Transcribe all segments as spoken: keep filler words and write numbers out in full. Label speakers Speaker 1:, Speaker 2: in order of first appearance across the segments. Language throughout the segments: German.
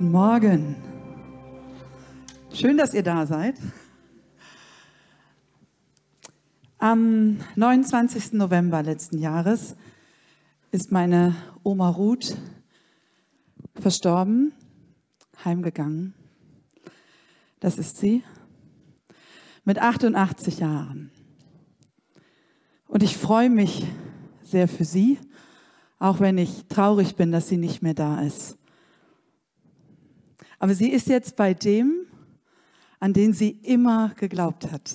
Speaker 1: Guten Morgen. Schön, dass ihr da seid. Am neunundzwanzigsten November letzten Jahres ist meine Oma Ruth verstorben, heimgegangen. Das ist sie, mit achtundachtzig Jahren. Und ich freue mich sehr für sie, auch wenn ich traurig bin, dass sie nicht mehr da ist. Aber sie ist jetzt bei dem, an den sie immer geglaubt hat.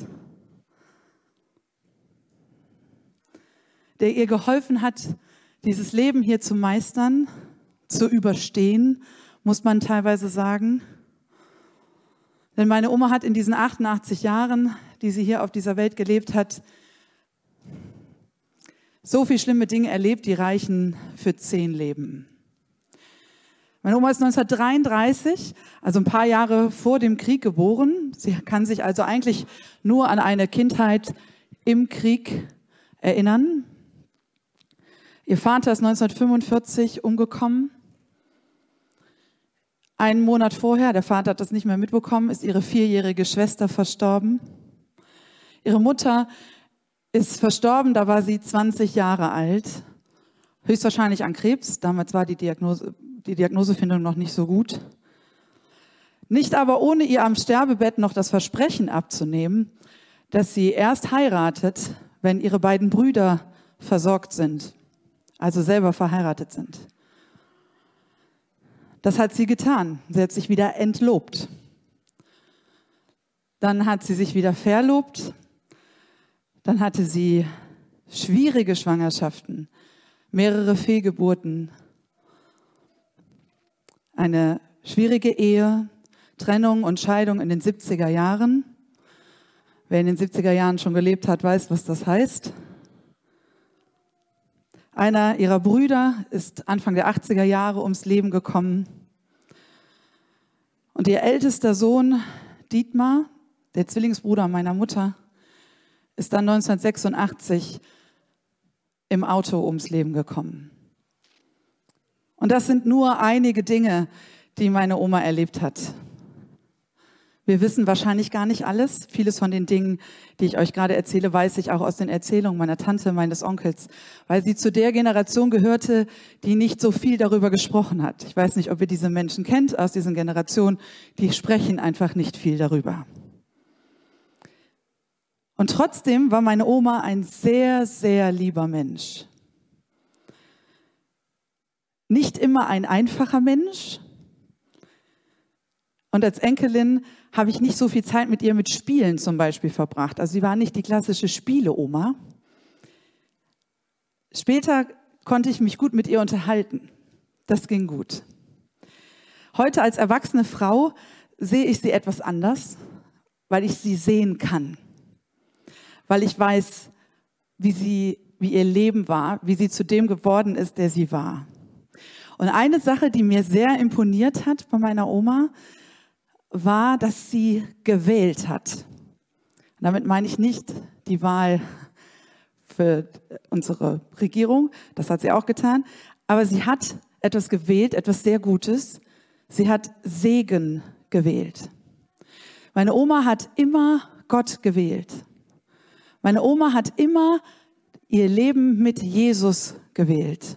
Speaker 1: Der ihr geholfen hat, dieses Leben hier zu meistern, zu überstehen, muss man teilweise sagen. Denn meine Oma hat in diesen achtundachtzig Jahren, die sie hier auf dieser Welt gelebt hat, so viele schlimme Dinge erlebt, die reichen für zehn Leben. Meine Oma ist neunzehnhundertdreiunddreißig, also ein paar Jahre vor dem Krieg geboren. Sie kann sich also eigentlich nur an eine Kindheit im Krieg erinnern. Ihr Vater ist neunzehnhundertfünfundvierzig umgekommen. Einen Monat vorher, der Vater hat das nicht mehr mitbekommen, ist ihre vierjährige Schwester verstorben. Ihre Mutter ist verstorben, da war sie zwanzig Jahre alt, höchstwahrscheinlich an Krebs. Damals war die Diagnose, die Diagnosefindung noch nicht so gut. Nicht aber ohne ihr am Sterbebett noch das Versprechen abzunehmen, dass sie erst heiratet, wenn ihre beiden Brüder versorgt sind, also selber verheiratet sind. Das hat sie getan. Sie hat sich wieder entlobt. Dann hat sie sich wieder verlobt. Dann hatte sie schwierige Schwangerschaften, mehrere Fehlgeburten, eine schwierige Ehe, Trennung und Scheidung in den siebziger Jahren. Wer in den siebziger Jahren schon gelebt hat, weiß, was das heißt. Einer ihrer Brüder ist Anfang der achtziger Jahre ums Leben gekommen. Und ihr ältester Sohn, Dietmar, der Zwillingsbruder meiner Mutter, ist dann neunzehnhundertsechsundachtzig im Auto ums Leben gekommen. Und das sind nur einige Dinge, die meine Oma erlebt hat. Wir wissen wahrscheinlich gar nicht alles. Vieles von den Dingen, die ich euch gerade erzähle, weiß ich auch aus den Erzählungen meiner Tante, meines Onkels, weil sie zu der Generation gehörte, die nicht so viel darüber gesprochen hat. Ich weiß nicht, ob ihr diese Menschen kennt aus diesen Generationen, die sprechen einfach nicht viel darüber. Und trotzdem war meine Oma ein sehr, sehr lieber Mensch. Nicht immer ein einfacher Mensch. Und als Enkelin habe ich nicht so viel Zeit mit ihr mit Spielen zum Beispiel verbracht. Also sie war nicht die klassische Spiele-Oma. Später konnte ich mich gut mit ihr unterhalten. Das ging gut. Heute als erwachsene Frau sehe ich sie etwas anders, weil ich sie sehen kann. Weil ich weiß, wie sie, wie ihr Leben war, wie sie zu dem geworden ist, der sie war. Und eine Sache, die mir sehr imponiert hat bei meiner Oma, war, dass sie gewählt hat. Und damit meine ich nicht die Wahl für unsere Regierung, das hat sie auch getan, aber sie hat etwas gewählt, etwas sehr Gutes. Sie hat Segen gewählt. Meine Oma hat immer Gott gewählt. Meine Oma hat immer ihr Leben mit Jesus gewählt.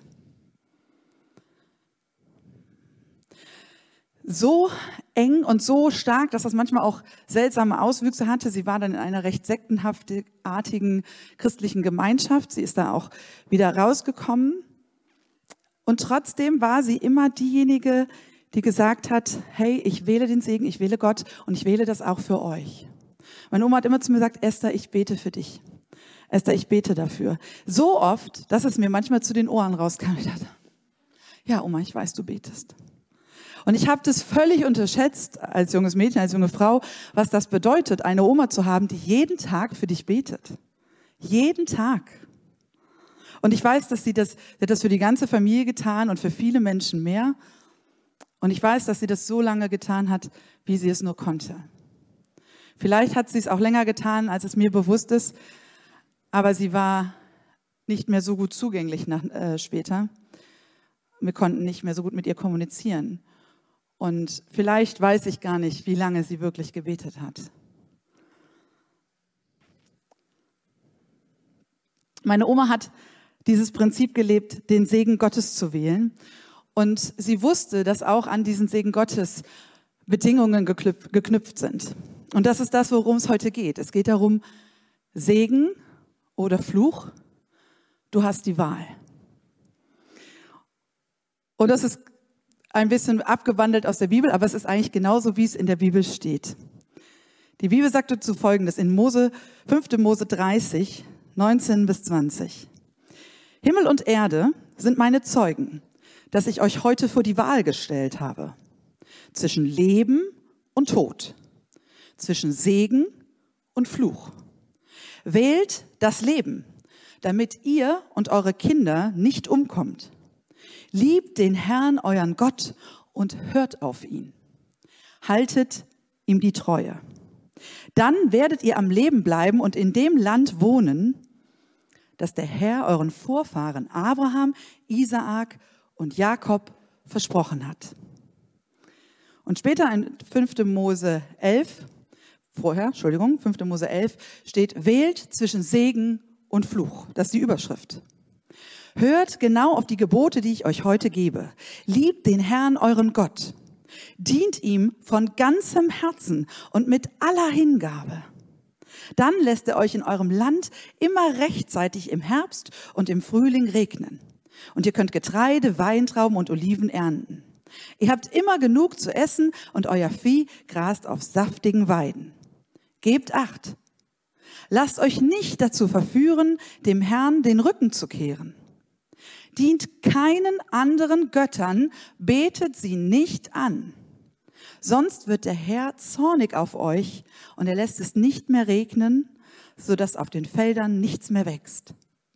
Speaker 1: So eng und so stark, dass das manchmal auch seltsame Auswüchse hatte. Sie war dann in einer recht sektenhaftartigen christlichen Gemeinschaft. Sie ist da auch wieder rausgekommen. Und trotzdem war sie immer diejenige, die gesagt hat, hey, ich wähle den Segen, ich wähle Gott und ich wähle das auch für euch. Meine Oma hat immer zu mir gesagt, Esther, ich bete für dich. Esther, ich bete dafür. So oft, dass es mir manchmal zu den Ohren rauskam. Ich dachte, ja, Oma, ich weiß, du betest. Und ich habe das völlig unterschätzt als junges Mädchen, als junge Frau, was das bedeutet, eine Oma zu haben, die jeden Tag für dich betet. Jeden Tag. Und ich weiß, dass sie das, sie hat das für die ganze Familie getan und für viele Menschen mehr. Und ich weiß, dass sie das so lange getan hat, wie sie es nur konnte. Vielleicht hat sie es auch länger getan, als es mir bewusst ist, aber sie war nicht mehr so gut zugänglich nach, äh, später. Wir konnten nicht mehr so gut mit ihr kommunizieren. Und vielleicht weiß ich gar nicht, wie lange sie wirklich gebetet hat. Meine Oma hat dieses Prinzip gelebt, den Segen Gottes zu wählen. Und sie wusste, dass auch an diesen Segen Gottes Bedingungen geknüpft sind. Und das ist das, worum es heute geht. Es geht darum, Segen oder Fluch, du hast die Wahl. Und das ist ein bisschen abgewandelt aus der Bibel, aber es ist eigentlich genauso, wie es in der Bibel steht. Die Bibel sagt dazu Folgendes in Mose, fünfter Mose dreißig, neunzehn bis zwanzig. Himmel und Erde sind meine Zeugen, dass ich euch heute vor die Wahl gestellt habe. Zwischen Leben und Tod. Zwischen Segen und Fluch. Wählt das Leben, damit ihr und eure Kinder nicht umkommt. Liebt den Herrn, euren Gott, und hört auf ihn. Haltet ihm die Treue. Dann werdet ihr am Leben bleiben und in dem Land wohnen, das der Herr euren Vorfahren Abraham, Isaak und Jakob versprochen hat. Und später in fünfter Mose elf, vorher, Entschuldigung, fünfter Mose elf, steht, wählt zwischen Segen und Fluch. Das ist die Überschrift. Hört genau auf die Gebote, die ich euch heute gebe. Liebt den Herrn, euren Gott. Dient ihm von ganzem Herzen und mit aller Hingabe. Dann lässt er euch in eurem Land immer rechtzeitig im Herbst und im Frühling regnen. Und ihr könnt Getreide, Weintrauben und Oliven ernten. Ihr habt immer genug zu essen und euer Vieh grast auf saftigen Weiden. Gebt Acht. Lasst euch nicht dazu verführen, dem Herrn den Rücken zu kehren. Dient keinen anderen Göttern, betet sie nicht an. Sonst wird der Herr zornig auf euch und er lässt es nicht mehr regnen, sodass auf den Feldern nichts mehr wächst.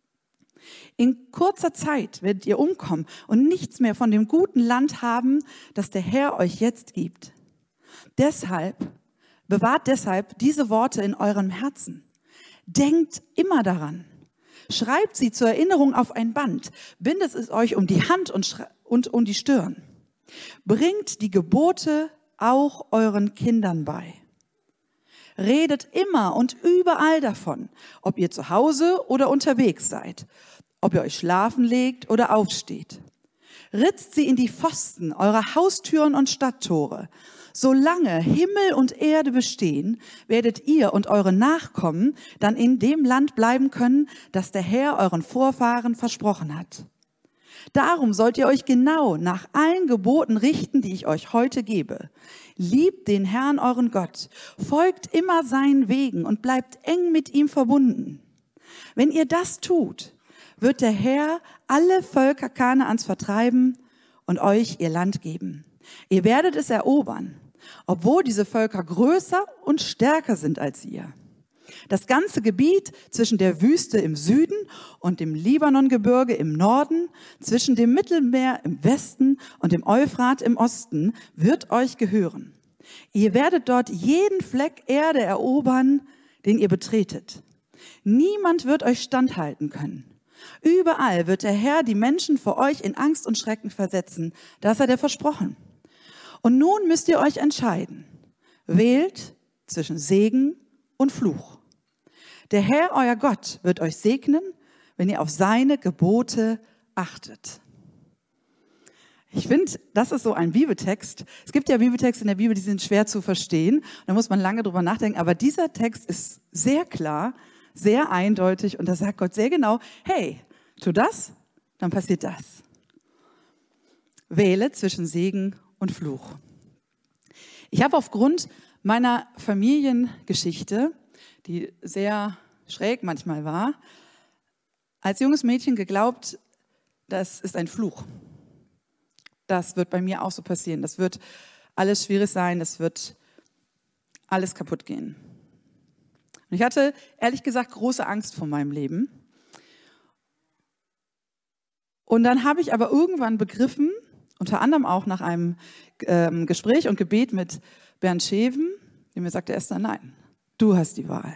Speaker 1: In kurzer Zeit werdet ihr umkommen und nichts mehr von dem guten Land haben, das der Herr euch jetzt gibt. Deshalb, bewahrt deshalb diese Worte in eurem Herzen. Denkt immer daran. Schreibt sie zur Erinnerung auf ein Band, bindet es euch um die Hand und, und um die Stirn. Bringt die Gebote auch euren Kindern bei. Redet immer und überall davon, ob ihr zu Hause oder unterwegs seid, ob ihr euch schlafen legt oder aufsteht. Ritzt sie in die Pfosten eurer Haustüren und Stadttore. Solange Himmel und Erde bestehen, werdet ihr und eure Nachkommen dann in dem Land bleiben können, das der Herr euren Vorfahren versprochen hat. Darum sollt ihr euch genau nach allen Geboten richten, die ich euch heute gebe. Liebt den Herrn, euren Gott, folgt immer seinen Wegen und bleibt eng mit ihm verbunden. Wenn ihr das tut, wird der Herr alle Völker Kanaans vertreiben und euch ihr Land geben. Ihr werdet es erobern, obwohl diese Völker größer und stärker sind als ihr. Das ganze Gebiet zwischen der Wüste im Süden und dem Libanongebirge im Norden, zwischen dem Mittelmeer im Westen und dem Euphrat im Osten wird euch gehören. Ihr werdet dort jeden Fleck Erde erobern, den ihr betretet. Niemand wird euch standhalten können. Überall wird der Herr die Menschen vor euch in Angst und Schrecken versetzen. Das hat er versprochen. Und nun müsst ihr euch entscheiden. Wählt zwischen Segen und Fluch. Der Herr, euer Gott, wird euch segnen, wenn ihr auf seine Gebote achtet. Ich finde, das ist so ein Bibeltext. Es gibt ja Bibeltexte in der Bibel, die sind schwer zu verstehen. Da muss man lange drüber nachdenken. Aber dieser Text ist sehr klar, sehr eindeutig. Und da sagt Gott sehr genau, hey, tu das, dann passiert das. Wähle zwischen Segen und Fluch. Ich habe aufgrund meiner Familiengeschichte, die sehr schräg manchmal war, als junges Mädchen geglaubt, das ist ein Fluch. Das wird bei mir auch so passieren. Das wird alles schwierig sein, das wird alles kaputt gehen. Und ich hatte, ehrlich gesagt, große Angst vor meinem Leben. Und dann habe ich aber irgendwann begriffen, unter anderem auch nach einem ähm, Gespräch und Gebet mit Bernd Scheven, der mir sagte, Esther, nein, du hast die Wahl.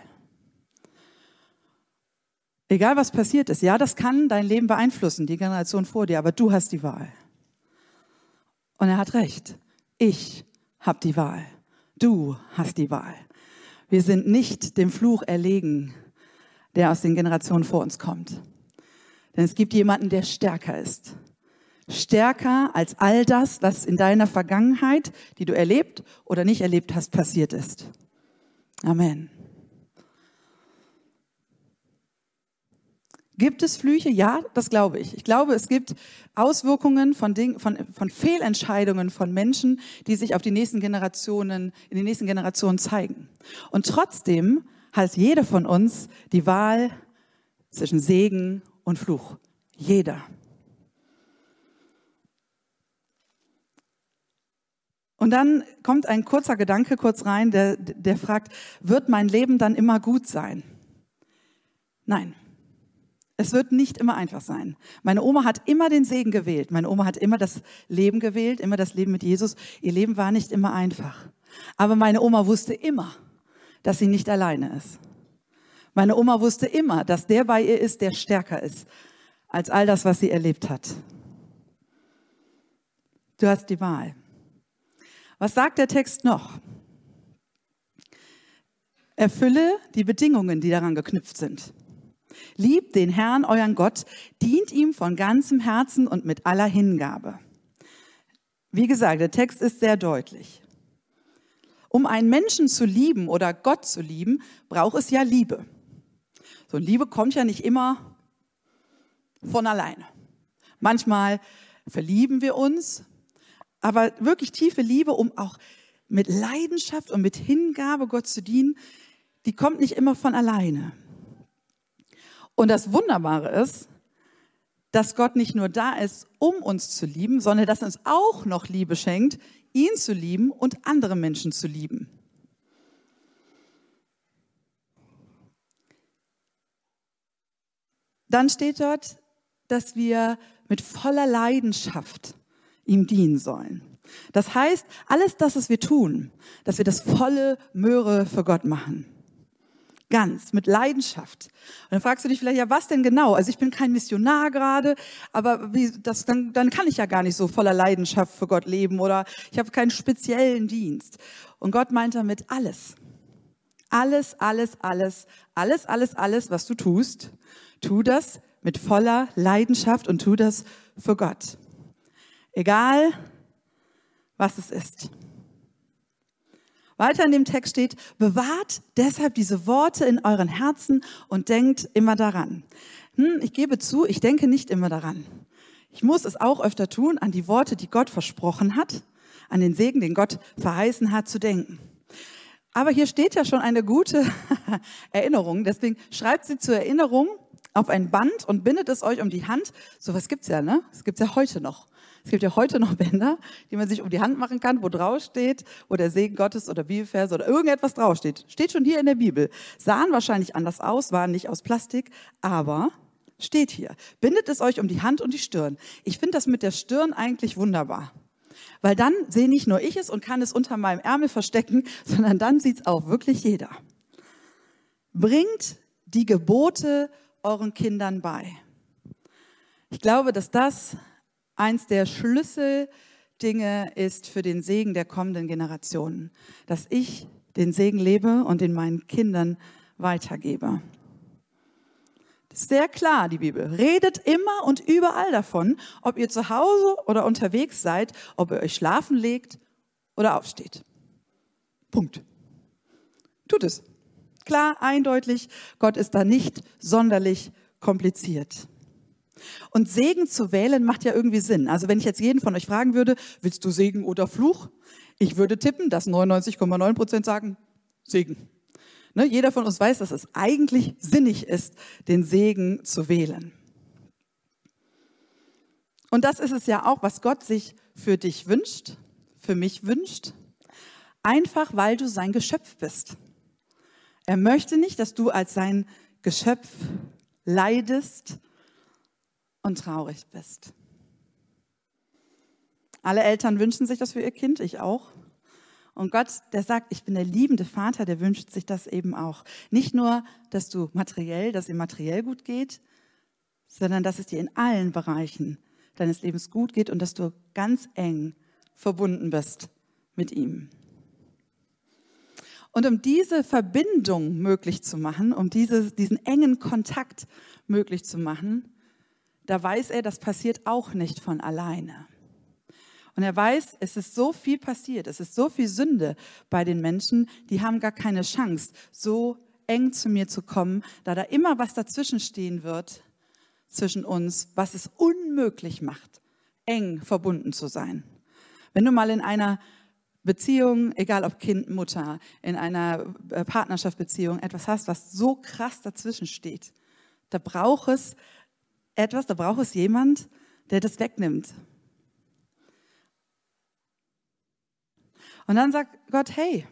Speaker 1: Egal was passiert ist, ja, das kann dein Leben beeinflussen, die Generation vor dir, aber du hast die Wahl. Und er hat recht. Ich habe die Wahl. Du hast die Wahl. Wir sind nicht dem Fluch erlegen, der aus den Generationen vor uns kommt. Denn es gibt jemanden, der stärker ist. Stärker als all das, was in deiner Vergangenheit, die du erlebt oder nicht erlebt hast, passiert ist. Amen. Gibt es Flüche? Ja, das glaube ich. Ich glaube, es gibt Auswirkungen von, Ding, von, von Fehlentscheidungen von Menschen, die sich auf die nächsten Generationen, in den nächsten Generationen zeigen. Und trotzdem hat jeder von uns die Wahl zwischen Segen und Fluch. Jeder. Und dann kommt ein kurzer Gedanke kurz rein, der, der fragt, wird mein Leben dann immer gut sein? Nein, es wird nicht immer einfach sein. Meine Oma hat immer den Segen gewählt. Meine Oma hat immer das Leben gewählt, immer das Leben mit Jesus. Ihr Leben war nicht immer einfach. Aber meine Oma wusste immer, dass sie nicht alleine ist. Meine Oma wusste immer, dass der bei ihr ist, der stärker ist als all das, was sie erlebt hat. Du hast die Wahl. Was sagt der Text noch? Erfülle die Bedingungen, die daran geknüpft sind. Liebt den Herrn, euren Gott, dient ihm von ganzem Herzen und mit aller Hingabe. Wie gesagt, der Text ist sehr deutlich. Um einen Menschen zu lieben oder Gott zu lieben, braucht es ja Liebe. So, Liebe kommt ja nicht immer von alleine. Manchmal verlieben wir uns, aber wirklich tiefe Liebe, um auch mit Leidenschaft und mit Hingabe Gott zu dienen, die kommt nicht immer von alleine. Und das Wunderbare ist, dass Gott nicht nur da ist, um uns zu lieben, sondern dass er uns auch noch Liebe schenkt, ihn zu lieben und andere Menschen zu lieben. Dann steht dort, dass wir mit voller Leidenschaft ihm dienen sollen. Das heißt, alles das, was wir tun, dass wir das volle Möhre für Gott machen. Ganz, mit Leidenschaft. Und dann fragst du dich vielleicht, ja, was denn genau? Also ich bin kein Missionar gerade, aber wie, das, dann, dann kann ich ja gar nicht so voller Leidenschaft für Gott leben oder ich habe keinen speziellen Dienst. Und Gott meint damit alles. Alles, alles, alles, alles, alles, alles, was du tust, tu das mit voller Leidenschaft und tu das für Gott. Egal, was es ist. Weiter in dem Text steht, bewahrt deshalb diese Worte in euren Herzen und denkt immer daran. Hm, ich gebe zu, ich denke nicht immer daran. Ich muss es auch öfter tun, an die Worte, die Gott versprochen hat, an den Segen, den Gott verheißen hat, zu denken. Aber hier steht ja schon eine gute Erinnerung, deswegen schreibt sie zur Erinnerung auf ein Band und bindet es euch um die Hand. Sowas gibt's ja, ne? Das gibt's ja heute noch. Es gibt ja heute noch Bänder, die man sich um die Hand machen kann, wo drauf steht, wo der Segen Gottes oder Bibelverse oder irgendetwas draufsteht. Steht schon hier in der Bibel. Sahen wahrscheinlich anders aus, waren nicht aus Plastik, aber steht hier. Bindet es euch um die Hand und die Stirn. Ich finde das mit der Stirn eigentlich wunderbar. Weil dann sehe nicht nur ich es und kann es unter meinem Ärmel verstecken, sondern dann sieht es auch wirklich jeder. Bringt die Gebote euren Kindern bei. Ich glaube, dass das eins der Schlüsseldinge ist für den Segen der kommenden Generationen, dass ich den Segen lebe und den meinen Kindern weitergebe. Das ist sehr klar, die Bibel. Redet immer und überall davon, ob ihr zu Hause oder unterwegs seid, ob ihr euch schlafen legt oder aufsteht. Punkt. Tut es. Klar, eindeutig, Gott ist da nicht sonderlich kompliziert. Und Segen zu wählen macht ja irgendwie Sinn. Also wenn ich jetzt jeden von euch fragen würde, willst du Segen oder Fluch? Ich würde tippen, dass neunundneunzig Komma neun Prozent sagen, Segen. Ne, jeder von uns weiß, dass es eigentlich sinnig ist, den Segen zu wählen. Und das ist es ja auch, was Gott sich für dich wünscht, für mich wünscht. Einfach, weil du sein Geschöpf bist. Er möchte nicht, dass du als sein Geschöpf leidest und traurig bist. Alle Eltern wünschen sich das für ihr Kind, ich auch. Und Gott, der sagt, ich bin der liebende Vater, der wünscht sich das eben auch. Nicht nur, dass du materiell, dass es materiell gut geht, sondern dass es dir in allen Bereichen deines Lebens gut geht und dass du ganz eng verbunden bist mit ihm. Und um diese Verbindung möglich zu machen, um diese, diesen engen Kontakt möglich zu machen, da weiß er, das passiert auch nicht von alleine. Und er weiß, es ist so viel passiert, es ist so viel Sünde bei den Menschen, die haben gar keine Chance, so eng zu mir zu kommen, da da immer was dazwischen stehen wird zwischen uns, was es unmöglich macht, eng verbunden zu sein. Wenn du mal in einer Beziehung, egal ob Kind, Mutter, in einer Partnerschaftsbeziehung etwas hast, was so krass dazwischen steht, da braucht es etwas, da braucht es jemand, der das wegnimmt. Und dann sagt Gott, hey,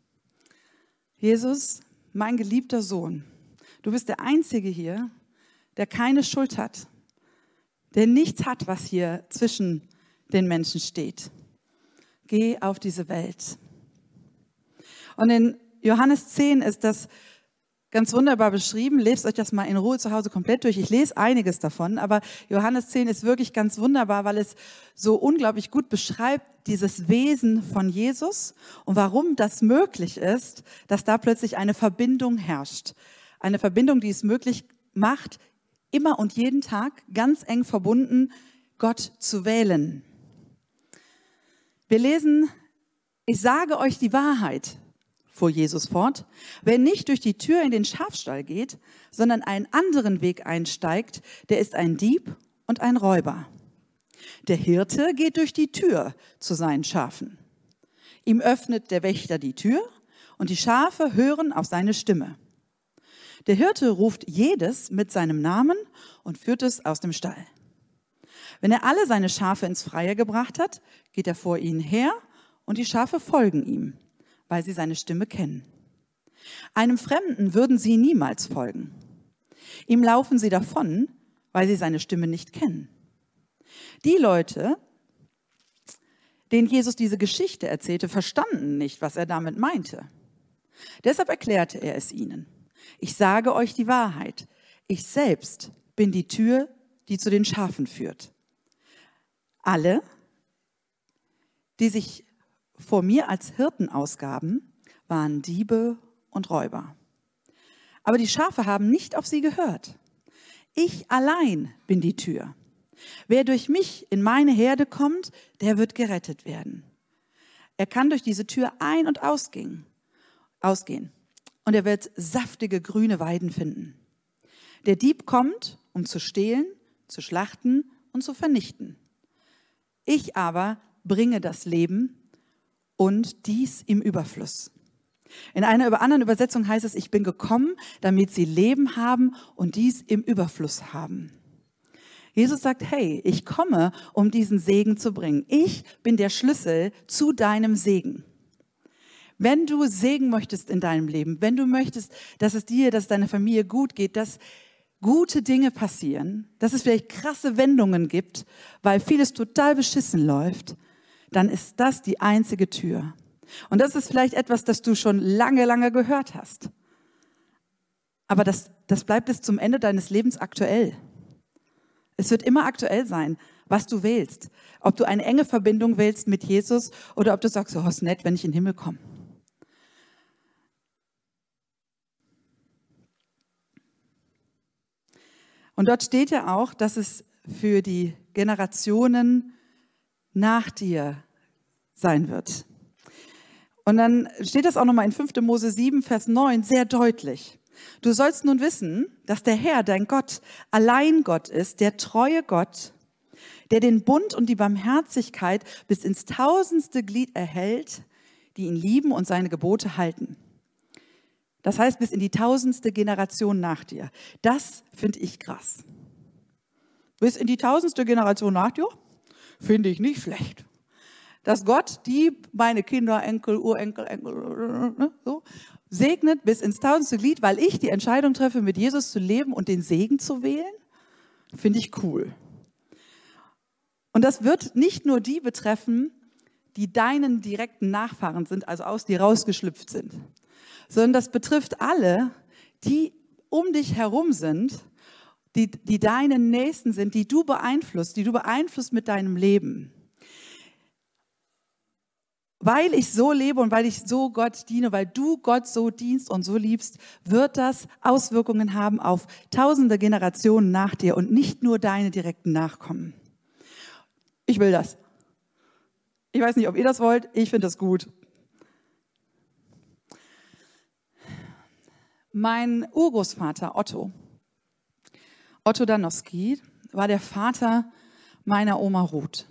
Speaker 1: Jesus, mein geliebter Sohn, du bist der Einzige hier, der keine Schuld hat, der nichts hat, was hier zwischen den Menschen steht. Geh auf diese Welt. Und in Johannes zehn ist das ganz wunderbar beschrieben. Lest euch das mal in Ruhe zu Hause komplett durch. Ich lese einiges davon, aber Johannes zehn ist wirklich ganz wunderbar, weil es so unglaublich gut beschreibt, dieses Wesen von Jesus und warum das möglich ist, dass da plötzlich eine Verbindung herrscht. Eine Verbindung, die es möglich macht, immer und jeden Tag ganz eng verbunden, Gott zu wählen. Wir lesen, ich sage euch die Wahrheit, fuhr Jesus fort, wer nicht durch die Tür in den Schafstall geht, sondern einen anderen Weg einsteigt, der ist ein Dieb und ein Räuber. Der Hirte geht durch die Tür zu seinen Schafen. Ihm öffnet der Wächter die Tür und die Schafe hören auf seine Stimme. Der Hirte ruft jedes mit seinem Namen und führt es aus dem Stall. Wenn er alle seine Schafe ins Freie gebracht hat, geht er vor ihnen her und die Schafe folgen ihm, weil sie seine Stimme kennen. Einem Fremden würden sie niemals folgen. Ihm laufen sie davon, weil sie seine Stimme nicht kennen. Die Leute, denen Jesus diese Geschichte erzählte, verstanden nicht, was er damit meinte. Deshalb erklärte er es ihnen. Ich sage euch die Wahrheit. Ich selbst bin die Tür, die zu den Schafen führt. Alle, die sich vor mir als Hirten ausgaben, waren Diebe und Räuber. Aber die Schafe haben nicht auf sie gehört. Ich allein bin die Tür. Wer durch mich in meine Herde kommt, der wird gerettet werden. Er kann durch diese Tür ein- und ausgehen. ausgehen. Und er wird saftige grüne Weiden finden. Der Dieb kommt, um zu stehlen, zu schlachten und zu vernichten. Ich aber bringe das Leben und dies im Überfluss. In einer anderen Übersetzung heißt es, ich bin gekommen, damit sie Leben haben und dies im Überfluss haben. Jesus sagt, hey, ich komme, um diesen Segen zu bringen. Ich bin der Schlüssel zu deinem Segen. Wenn du Segen möchtest in deinem Leben, wenn du möchtest, dass es dir, dass es deiner Familie gut geht, dass gute Dinge passieren, dass es vielleicht krasse Wendungen gibt, weil vieles total beschissen läuft, dann ist das die einzige Tür. Und das ist vielleicht etwas, das du schon lange, lange gehört hast. Aber das, das bleibt bis zum Ende deines Lebens aktuell. Es wird immer aktuell sein, was du wählst. Ob du eine enge Verbindung wählst mit Jesus oder ob du sagst, oh, ist nett, wenn ich in den Himmel komme. Und dort steht ja auch, dass es für die Generationen nach dir sein wird. Und dann steht das auch nochmal in fünfter Mose sieben, Vers neun, sehr deutlich. Du sollst nun wissen, dass der Herr, dein Gott, allein Gott ist, der treue Gott, der den Bund und die Barmherzigkeit bis ins tausendste Glied erhält, die ihn lieben und seine Gebote halten. Das heißt, bis in die tausendste Generation nach dir. Das finde ich krass. Bis in die tausendste Generation nach dir? Finde ich nicht schlecht. Dass Gott die, meine Kinder, Enkel, Urenkel, Enkel, so, segnet bis ins tausendste Glied, weil ich die Entscheidung treffe, mit Jesus zu leben und den Segen zu wählen, finde ich cool. Und das wird nicht nur die betreffen, die deinen direkten Nachfahren sind, also aus dir rausgeschlüpft sind, sondern das betrifft alle, die um dich herum sind, die, die deine Nächsten sind, die du beeinflusst, die du beeinflusst mit deinem Leben. weil ich so lebe und weil ich so Gott diene, weil du Gott so dienst und so liebst, wird das Auswirkungen haben auf tausende Generationen nach dir und nicht nur deine direkten Nachkommen. Ich will das. Ich weiß nicht, ob ihr das wollt. Ich finde das gut. Mein Urgroßvater Otto, Otto Danowski, war der Vater meiner Oma Ruth.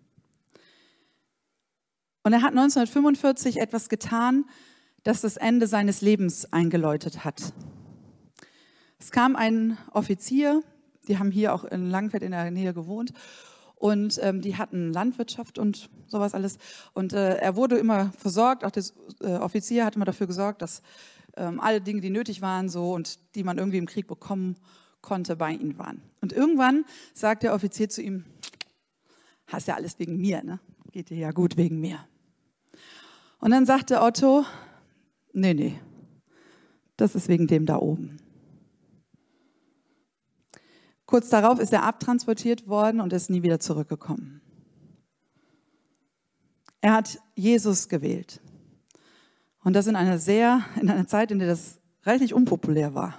Speaker 1: Und er hat neunzehnhundertfünfundvierzig etwas getan, das das Ende seines Lebens eingeläutet hat. Es kam ein Offizier, die haben hier auch in Langenfeld in der Nähe gewohnt, und ähm, die hatten Landwirtschaft und sowas alles. Und äh, er wurde immer versorgt, auch der äh, Offizier hat immer dafür gesorgt, dass ähm, alle Dinge, die nötig waren so und die man irgendwie im Krieg bekommen konnte, bei ihm waren. Und irgendwann sagt der Offizier zu ihm, hast ja alles wegen mir, ne? Geht dir ja gut wegen mir. Und dann sagte Otto, nee, nee, das ist wegen dem da oben. Kurz darauf ist er abtransportiert worden und ist nie wieder zurückgekommen. Er hat Jesus gewählt. Und das in einer sehr, in einer Zeit, in der das reichlich unpopulär war.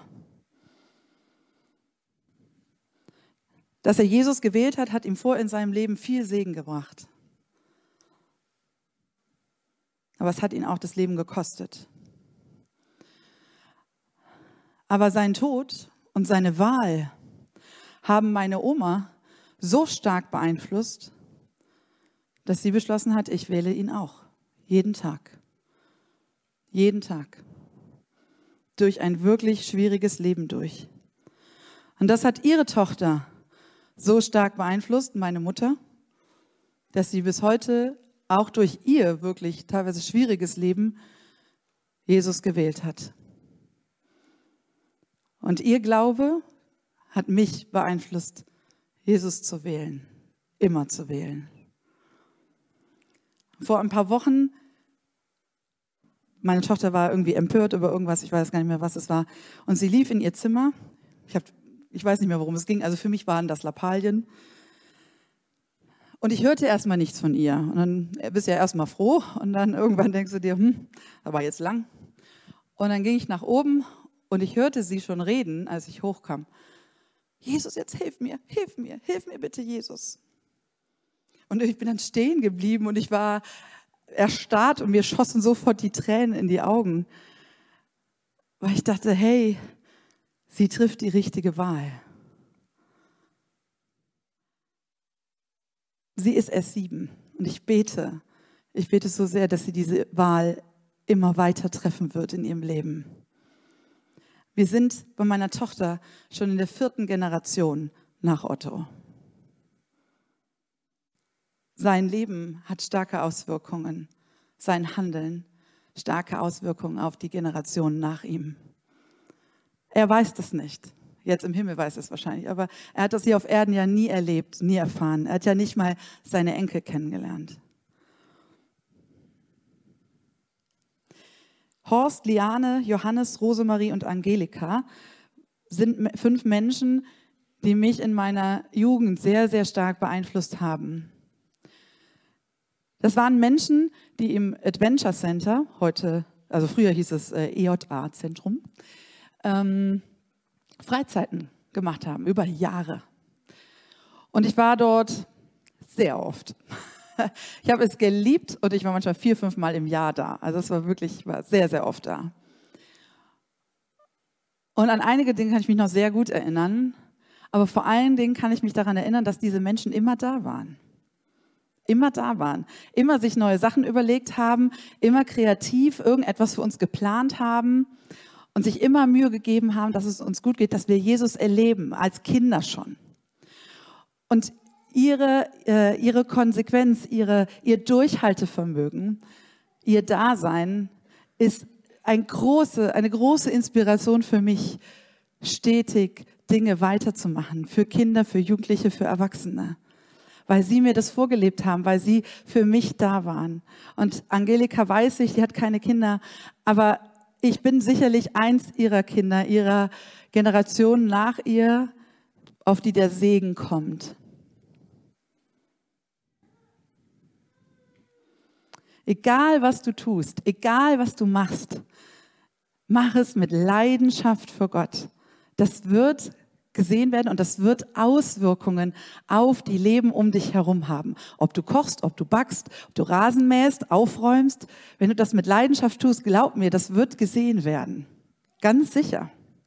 Speaker 1: Dass er Jesus gewählt hat, hat ihm vor in seinem Leben viel Segen gebracht. Aber es hat ihn auch das Leben gekostet. Aber sein Tod und seine Wahl haben meine Oma so stark beeinflusst, dass sie beschlossen hat, ich wähle ihn auch. Jeden Tag. Jeden Tag. Durch ein wirklich schwieriges Leben durch. Und das hat ihre Tochter so stark beeinflusst, meine Mutter, dass sie bis heute auch durch ihr wirklich teilweise schwieriges Leben Jesus gewählt hat. Und ihr Glaube hat mich beeinflusst, Jesus zu wählen, immer zu wählen. Vor ein paar Wochen, meine Tochter war irgendwie empört über irgendwas, ich weiß gar nicht mehr, was es war, und sie lief in ihr Zimmer. Ich, hab, ich weiß nicht mehr, worum es ging, also für mich waren das Lappalien. Und ich hörte erstmal nichts von ihr. Und dann bist du ja erstmal froh und dann irgendwann denkst du dir, hm, das war jetzt lang. Und dann ging ich nach oben und ich hörte sie schon reden, als ich hochkam. Jesus, jetzt hilf mir, hilf mir, hilf mir bitte, Jesus. Und ich bin dann stehen geblieben und ich war erstarrt und mir schossen sofort die Tränen in die Augen. Weil ich dachte, hey, sie trifft die richtige Wahl. Sie ist erst sieben und ich bete, ich bete so sehr, dass sie diese Wahl immer weiter treffen wird in ihrem Leben. Wir sind bei meiner Tochter schon in der vierten Generation nach Otto. Sein Leben hat starke Auswirkungen, sein Handeln starke Auswirkungen auf die Generationen nach ihm. Er weiß das nicht. Jetzt im Himmel weiß es wahrscheinlich, aber er hat das hier auf Erden ja nie erlebt, nie erfahren. Er hat ja nicht mal seine Enkel kennengelernt. Horst, Liane, Johannes, Rosemarie und Angelika sind fünf Menschen, die mich in meiner Jugend sehr, sehr stark beeinflusst haben. Das waren Menschen, die im Adventure Center, heute, also früher hieß es äh, E J A-Zentrum, ähm, Freizeiten gemacht haben, über Jahre. Und ich war dort sehr oft. Ich habe es geliebt und ich war manchmal vier, fünf Mal im Jahr da. Also es war wirklich, ich war sehr, sehr oft da. Und an einige Dinge kann ich mich noch sehr gut erinnern. Aber vor allen Dingen kann ich mich daran erinnern, dass diese Menschen immer da waren. Immer da waren. Immer sich neue Sachen überlegt haben. Immer kreativ irgendetwas für uns geplant haben. Und sich immer Mühe gegeben haben, dass es uns gut geht, dass wir Jesus erleben, als Kinder schon. Und ihre, äh, ihre Konsequenz, ihre, ihr Durchhaltevermögen, ihr Dasein ist ein große, eine große Inspiration für mich, stetig Dinge weiterzumachen, für Kinder, für Jugendliche, für Erwachsene. Weil sie mir das vorgelebt haben, weil sie für mich da waren. Und Angelika weiß ich, die hat keine Kinder, aber ich bin sicherlich eins ihrer Kinder, ihrer Generation nach ihr, auf die der Segen kommt. Egal, was du tust, egal, was du machst, mach es mit Leidenschaft für Gott. Das wird gesehen werden und das wird Auswirkungen auf die Leben um dich herum haben. Ob du kochst, ob du backst, ob du Rasen mähst, aufräumst. Wenn du das mit Leidenschaft tust, glaub mir, das wird gesehen werden. Ganz sicher.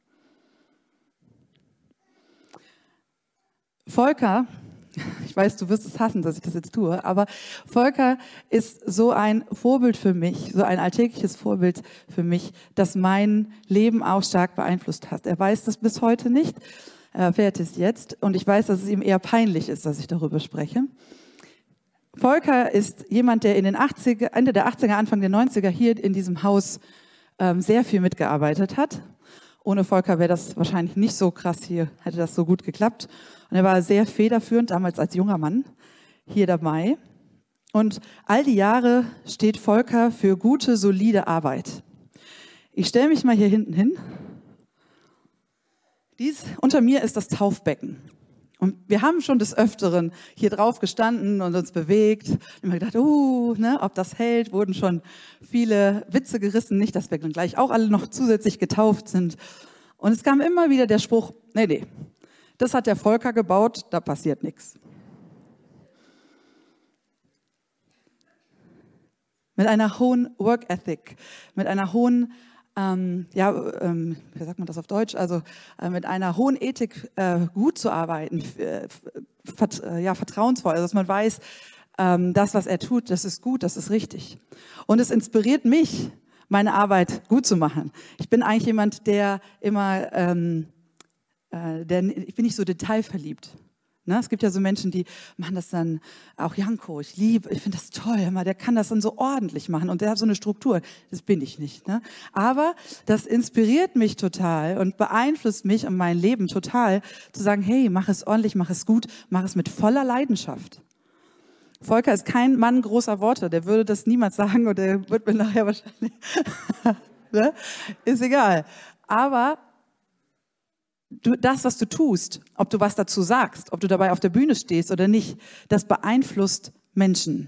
Speaker 1: Volker, ich weiß, du wirst es hassen, dass ich das jetzt tue, aber Volker ist so ein Vorbild für mich, so ein alltägliches Vorbild für mich, das mein Leben auch stark beeinflusst hat. Er weiß das bis heute nicht, er erfährt es jetzt und ich weiß, dass es ihm eher peinlich ist, dass ich darüber spreche. Volker ist jemand, der in den achtziger, Ende der achtziger, Anfang der neunziger hier in diesem Haus ähm, sehr viel mitgearbeitet hat. Ohne Volker wäre das wahrscheinlich nicht so krass hier, hätte das so gut geklappt. Und er war sehr federführend, damals als junger Mann, hier dabei. Und all die Jahre steht Volker für gute, solide Arbeit. Ich stelle mich mal hier hinten hin. Dies unter mir ist das Taufbecken. Und wir haben schon des Öfteren hier drauf gestanden und uns bewegt. Und immer gedacht, uh, ne, ob das hält, wurden schon viele Witze gerissen. Nicht, dass wir dann gleich auch alle noch zusätzlich getauft sind. Und es kam immer wieder der Spruch, nee, nee, das hat der Volker gebaut, da passiert nichts. Mit einer hohen Work Ethic, mit einer hohen Ähm, ja, ähm, wie sagt man das auf Deutsch? Also äh, mit einer hohen Ethik äh, gut zu arbeiten, äh, vert, äh, ja, vertrauensvoll, also dass man weiß, ähm, das, was er tut, das ist gut, das ist richtig. Und es inspiriert mich, meine Arbeit gut zu machen. Ich bin eigentlich jemand, der immer, ähm, äh, der, ich bin nicht so detailverliebt. Ne, es gibt ja so Menschen, die machen das dann, auch Janko, ich liebe, ich finde das toll, der kann das dann so ordentlich machen und der hat so eine Struktur. Das bin ich nicht. Ne? Aber das inspiriert mich total und beeinflusst mich und mein Leben total, zu sagen, hey, mach es ordentlich, mach es gut, mach es mit voller Leidenschaft. Volker ist kein Mann großer Worte, der würde das niemals sagen und der wird mir nachher wahrscheinlich, ne? Ist egal. Aber Du, das, was du tust, ob du was dazu sagst, ob du dabei auf der Bühne stehst oder nicht, das beeinflusst Menschen.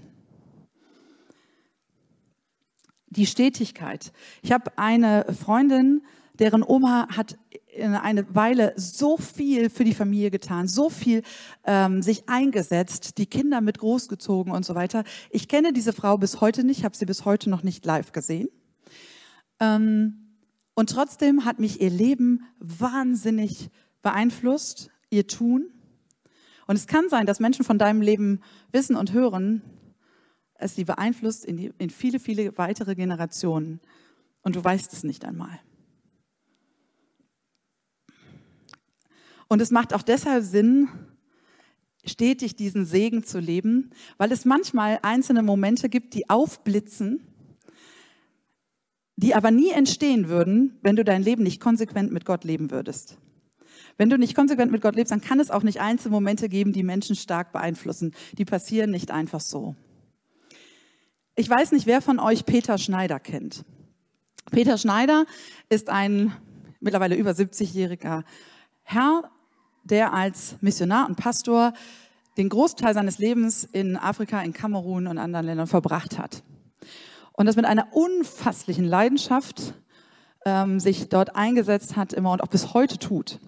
Speaker 1: Die Stetigkeit. Ich habe eine Freundin, deren Oma hat in eine Weile so viel für die Familie getan, so viel ähm, sich eingesetzt, die Kinder mit großgezogen und so weiter. Ich kenne diese Frau bis heute nicht, habe sie bis heute noch nicht live gesehen. Ähm, Und trotzdem hat mich ihr Leben wahnsinnig beeinflusst, ihr Tun. Und es kann sein, dass Menschen von deinem Leben wissen und hören, es sie beeinflusst in, die, in viele, viele weitere Generationen. Und du weißt es nicht einmal. Und es macht auch deshalb Sinn, stetig diesen Segen zu leben, weil es manchmal einzelne Momente gibt, die aufblitzen, die aber nie entstehen würden, wenn du dein Leben nicht konsequent mit Gott leben würdest. Wenn du nicht konsequent mit Gott lebst, dann kann es auch nicht einzelne Momente geben, die Menschen stark beeinflussen. Die passieren nicht einfach so. Ich weiß nicht, wer von euch Peter Schneider kennt. Peter Schneider ist ein mittlerweile über siebzigjähriger Herr, der als Missionar und Pastor den Großteil seines Lebens in Afrika, in Kamerun und anderen Ländern verbracht hat. Und das mit einer unfasslichen Leidenschaft ähm, sich dort eingesetzt hat immer und auch bis heute tut.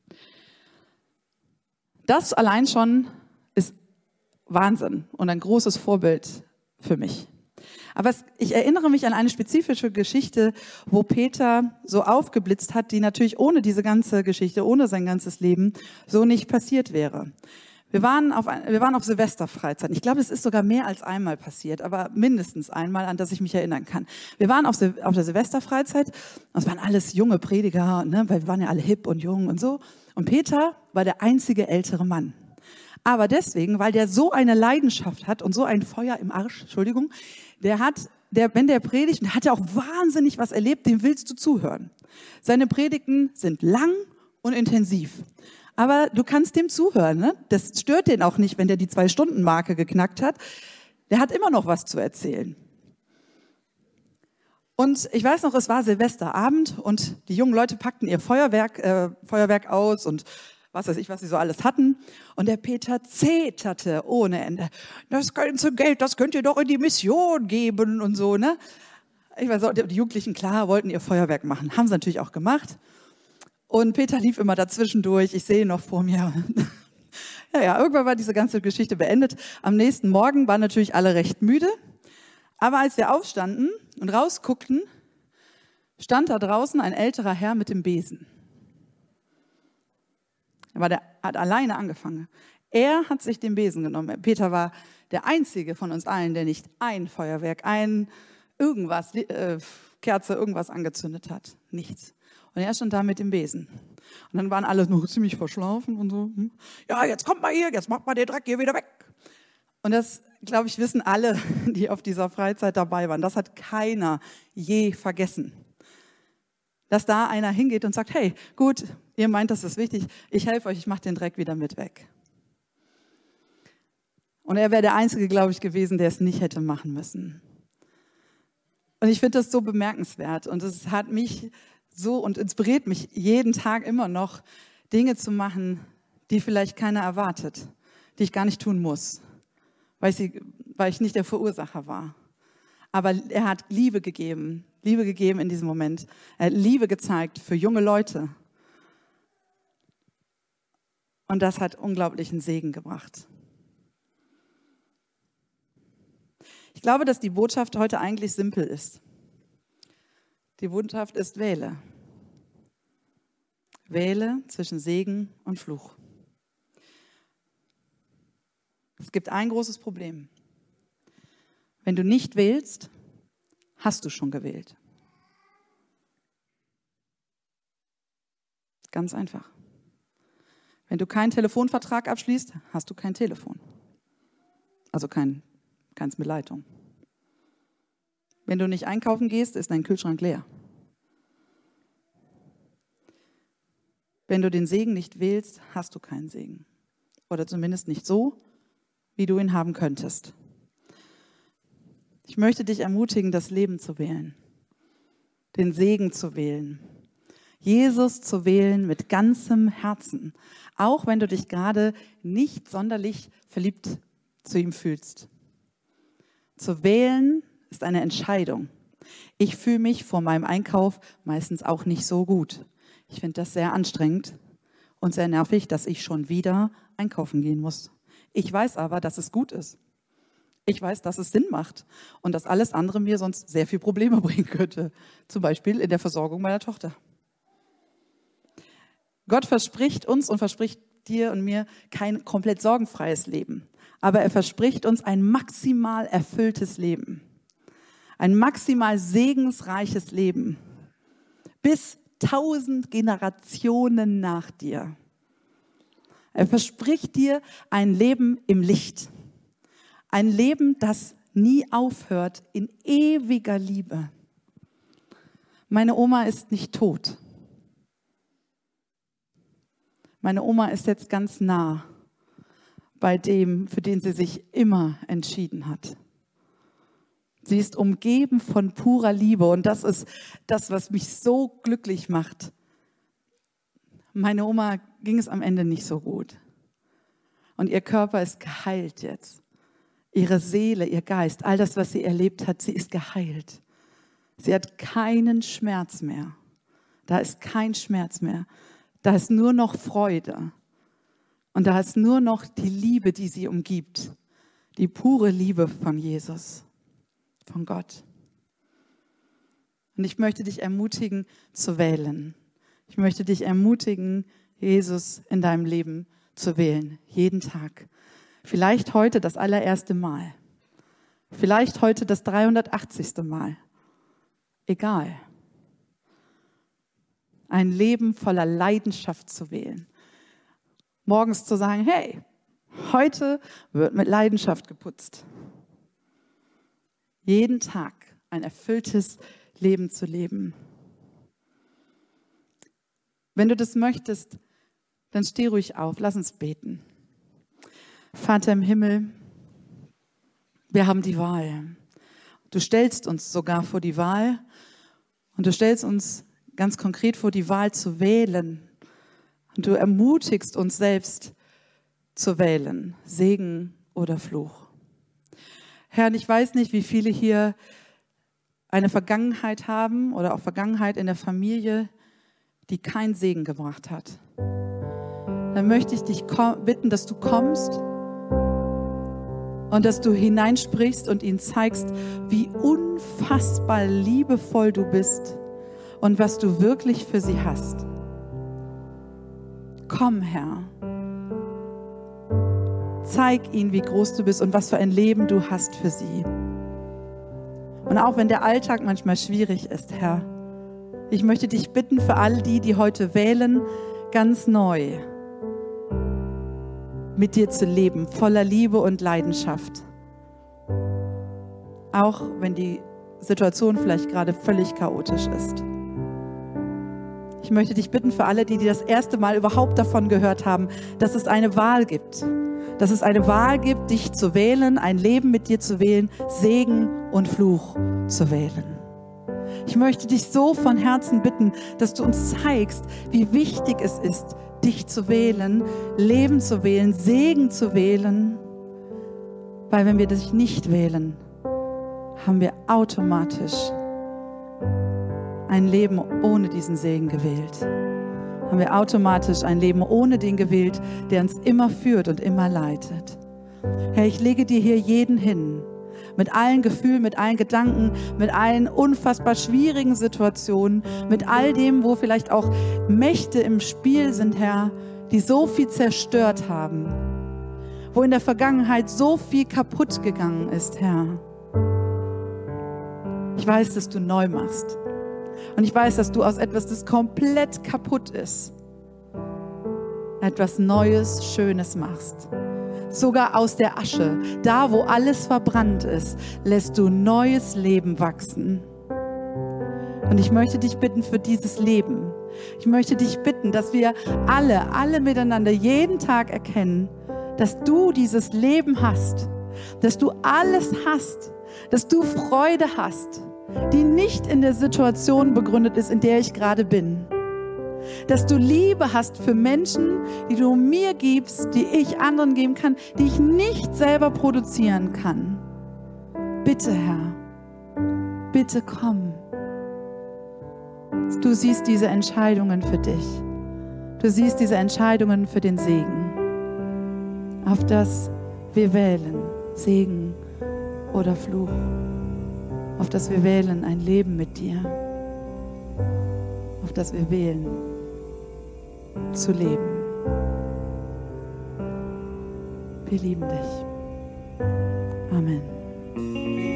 Speaker 1: Das allein schon ist Wahnsinn und ein großes Vorbild für mich. Aber es, ich erinnere mich an eine spezifische Geschichte, wo Peter so aufgeblitzt hat, die natürlich ohne diese ganze Geschichte, ohne sein ganzes Leben so nicht passiert wäre. Wir waren auf, wir waren auf Silvesterfreizeit. Ich glaube, es ist sogar mehr als einmal passiert, aber mindestens einmal, an das ich mich erinnern kann. Wir waren auf, auf der Silvesterfreizeit und es waren alles junge Prediger, ne, weil wir waren ja alle hip und jung und so. Und Peter war der einzige ältere Mann. Aber deswegen, weil der so eine Leidenschaft hat und so ein Feuer im Arsch, Entschuldigung, der hat, der, wenn der predigt, der hat ja auch wahnsinnig was erlebt, dem willst du zuhören. Seine Predigten sind lang und intensiv. Aber du kannst dem zuhören, ne? Das stört den auch nicht, wenn der die Zwei-Stunden-Marke geknackt hat. Der hat immer noch was zu erzählen. Und ich weiß noch, es war Silvesterabend und die jungen Leute packten ihr Feuerwerk, äh, Feuerwerk aus und was weiß ich, was sie so alles hatten. Und der Peter zeterte ohne Ende. Das ganze Geld, das könnt ihr doch in die Mission geben und so, ne? Ich weiß auch, die Jugendlichen, klar, wollten ihr Feuerwerk machen. Haben sie natürlich auch gemacht. Und Peter lief immer dazwischen durch. Ich sehe ihn noch vor mir. Ja, ja, irgendwann war diese ganze Geschichte beendet. Am nächsten Morgen waren natürlich alle recht müde. Aber als wir aufstanden und rausguckten, stand da draußen ein älterer Herr mit dem Besen. Aber der hat alleine angefangen. Er hat sich den Besen genommen. Peter war der Einzige von uns allen, der nicht ein Feuerwerk, ein irgendwas, äh, Kerze, irgendwas angezündet hat. Nichts. Und er stand da mit dem Besen. Und dann waren alle noch ziemlich verschlafen und so. Ja, jetzt kommt mal hier, jetzt macht mal den Dreck hier wieder weg. Und das, glaube ich, wissen alle, die auf dieser Freizeit dabei waren. Das hat keiner je vergessen. Dass da einer hingeht und sagt, hey, gut, ihr meint, das ist wichtig, ich helfe euch, ich mache den Dreck wieder mit weg. Und er wäre der Einzige, glaube ich, gewesen, der es nicht hätte machen müssen. Und ich finde das so bemerkenswert und es hat mich so und inspiriert mich jeden Tag immer noch, Dinge zu machen, die vielleicht keiner erwartet, die ich gar nicht tun muss, weil ich, sie, weil ich nicht der Verursacher war. Aber er hat Liebe gegeben, Liebe gegeben in diesem Moment. Er hat Liebe gezeigt für junge Leute. Und das hat unglaublichen Segen gebracht. Ich glaube, dass die Botschaft heute eigentlich simpel ist. Die Botschaft ist, wähle. Wähle zwischen Segen und Fluch. Es gibt ein großes Problem. Wenn du nicht wählst, hast du schon gewählt. Ganz einfach. Wenn du keinen Telefonvertrag abschließt, hast du kein Telefon. Also kein, keins mit Leitung. Wenn du nicht einkaufen gehst, ist dein Kühlschrank leer. Wenn du den Segen nicht wählst, hast du keinen Segen. Oder zumindest nicht so, wie du ihn haben könntest. Ich möchte dich ermutigen, das Leben zu wählen, den Segen zu wählen, Jesus zu wählen mit ganzem Herzen, auch wenn du dich gerade nicht sonderlich verliebt zu ihm fühlst. Zu wählen ist eine Entscheidung. Ich fühle mich vor meinem Einkauf meistens auch nicht so gut. Ich finde das sehr anstrengend und sehr nervig, dass ich schon wieder einkaufen gehen muss. Ich weiß aber, dass es gut ist. Ich weiß, dass es Sinn macht und dass alles andere mir sonst sehr viel Probleme bringen könnte. Zum Beispiel in der Versorgung meiner Tochter. Gott verspricht uns und verspricht dir und mir kein komplett sorgenfreies Leben. Aber er verspricht uns ein maximal erfülltes Leben. Ein maximal segensreiches Leben. Bis tausend Generationen nach dir. Er verspricht dir ein Leben im Licht. Ein Leben, das nie aufhört, in ewiger Liebe. Meine Oma ist nicht tot. Meine Oma ist jetzt ganz nah bei dem, für den sie sich immer entschieden hat. Sie ist umgeben von purer Liebe und das ist das, was mich so glücklich macht. Meine Oma ging es am Ende nicht so gut. Und ihr Körper ist geheilt jetzt. Ihre Seele, ihr Geist, all das, was sie erlebt hat, sie ist geheilt. Sie hat keinen Schmerz mehr. Da ist kein Schmerz mehr. Da ist nur noch Freude. Und da ist nur noch die Liebe, die sie umgibt. Die pure Liebe von Jesus, von Gott. Und ich möchte dich ermutigen, zu wählen. Ich möchte dich ermutigen, Jesus in deinem Leben zu wählen. Jeden Tag. Vielleicht heute das allererste Mal. Vielleicht heute das dreihundertachtzigste Mal. Egal. Ein Leben voller Leidenschaft zu wählen. Morgens zu sagen, hey, heute wird mit Leidenschaft geputzt. Jeden Tag ein erfülltes Leben zu leben. Wenn du das möchtest, dann steh ruhig auf, lass uns beten. Vater im Himmel, wir haben die Wahl. Du stellst uns sogar vor die Wahl und du stellst uns ganz konkret vor die Wahl zu wählen. Und du ermutigst uns selbst zu wählen, Segen oder Fluch. Herr, und ich weiß nicht, wie viele hier eine Vergangenheit haben oder auch Vergangenheit in der Familie, die keinen Segen gebracht hat. Dann möchte ich dich bitten, dass du kommst und dass du hineinsprichst und ihnen zeigst, wie unfassbar liebevoll du bist und was du wirklich für sie hast. Komm, Herr. Zeig ihnen, wie groß du bist und was für ein Leben du hast für sie. Und auch wenn der Alltag manchmal schwierig ist, Herr, ich möchte dich bitten für all die, die heute wählen, ganz neu mit dir zu leben, voller Liebe und Leidenschaft. Auch wenn die Situation vielleicht gerade völlig chaotisch ist. Ich möchte dich bitten für alle, die, die das erste Mal überhaupt davon gehört haben, dass es eine Wahl gibt. Dass es eine Wahl gibt, dich zu wählen, ein Leben mit dir zu wählen, Segen und Fluch zu wählen. Ich möchte dich so von Herzen bitten, dass du uns zeigst, wie wichtig es ist, dich zu wählen, Leben zu wählen, Segen zu wählen. Weil wenn wir dich nicht wählen, haben wir automatisch ein Leben ohne diesen Segen gewählt. Haben wir automatisch ein Leben ohne den gewählt, der uns immer führt und immer leitet. Herr, ich lege dir hier jeden hin, mit allen Gefühlen, mit allen Gedanken, mit allen unfassbar schwierigen Situationen, mit all dem, wo vielleicht auch Mächte im Spiel sind, Herr, die so viel zerstört haben, wo in der Vergangenheit so viel kaputt gegangen ist, Herr. Ich weiß, dass du neu machst. Und ich weiß, dass du aus etwas, das komplett kaputt ist, etwas Neues, Schönes machst. Sogar aus der Asche, da wo alles verbrannt ist, lässt du neues Leben wachsen. Und ich möchte dich bitten für dieses Leben. Ich möchte dich bitten, dass wir alle, alle miteinander jeden Tag erkennen, dass du dieses Leben hast, dass du alles hast, dass du Freude hast, die nicht in der Situation begründet ist, in der ich gerade bin. Dass du Liebe hast für Menschen, die du mir gibst, die ich anderen geben kann, die ich nicht selber produzieren kann. Bitte, Herr, bitte komm. Du siehst diese Entscheidungen für dich. Du siehst diese Entscheidungen für den Segen, auf das wir wählen, Segen oder Fluch. Auf das wir wählen ein Leben mit dir, auf das wir wählen zu leben. Wir lieben dich. Amen.